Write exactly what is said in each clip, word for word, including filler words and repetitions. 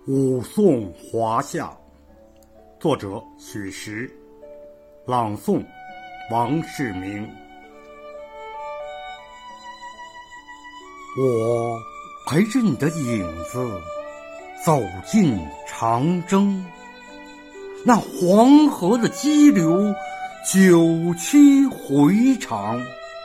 武宋华夏，作者许石，朗诵王世明。我陪着你的影子走进长征，那黄河的激流九曲回肠，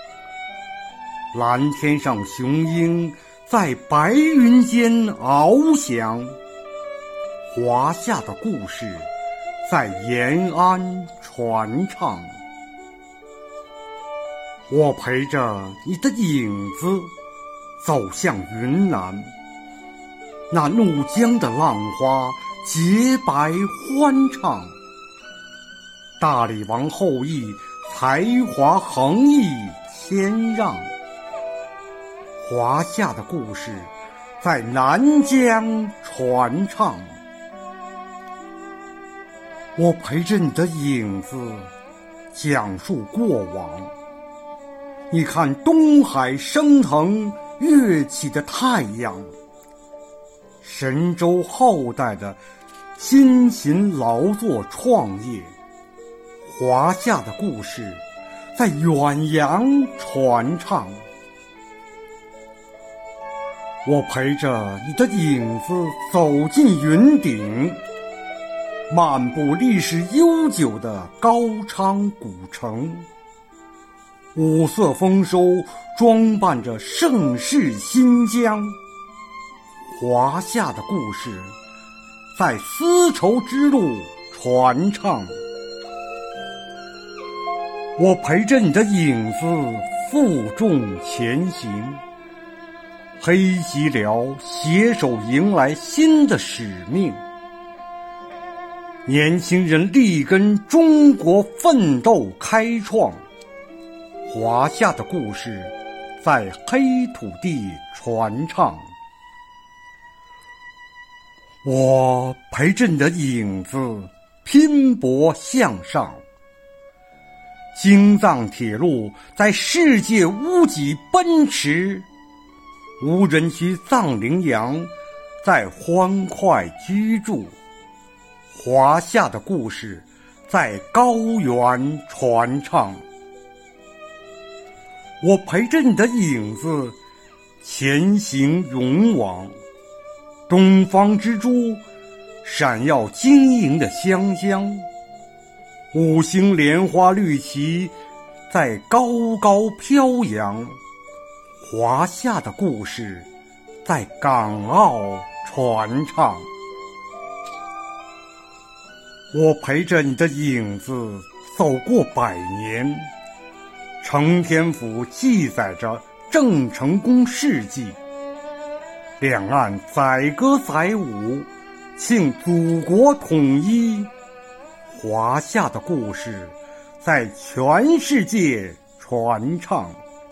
蓝天上雄鹰在白云间翱翔，华夏的故事在延安传唱。我陪着你的影子走向云南，那怒江的浪花洁白欢畅，大理王后羿才华横溢谦让，华夏的故事在南疆传唱。我陪着你的影子讲述过往，你看东海升腾跃起的太阳，神州后代的辛勤劳作创业，华夏的故事在远洋传唱。我陪着你的影子走进云顶，漫步历史悠久的高昌古城，五色丰收装扮着盛世新疆，华夏的故事在丝绸之路传唱。我陪着你的影子负重前行，黑吉辽携手迎来新的使命，年轻人力跟中国奋斗开创，华夏的故事在黑土地传唱。我陪着你的影子拼搏向上，京藏铁路在世界屋脊奔驰，无人区藏羚羊在欢快居住，华夏的故事在高原传唱。我陪着你的影子前行勇往，东方之珠闪耀晶莹的湘江，五星莲花绿旗在高高飘扬，华夏的故事在港澳传唱。我陪着你的影子走过百年，承天府记载着郑成功事迹，两岸载歌载舞，庆祖国统一，华夏的故事在全世界传唱。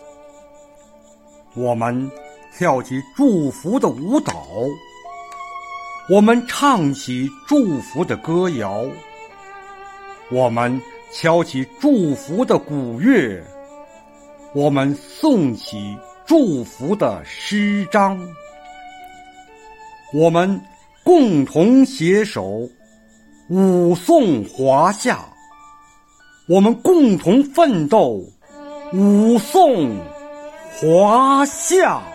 我们跳起祝福的舞蹈，我们唱起祝福的歌谣，我们敲起祝福的鼓乐，我们诵起祝福的诗章，我们共同携手武宋华夏，我们共同奋斗武宋华夏。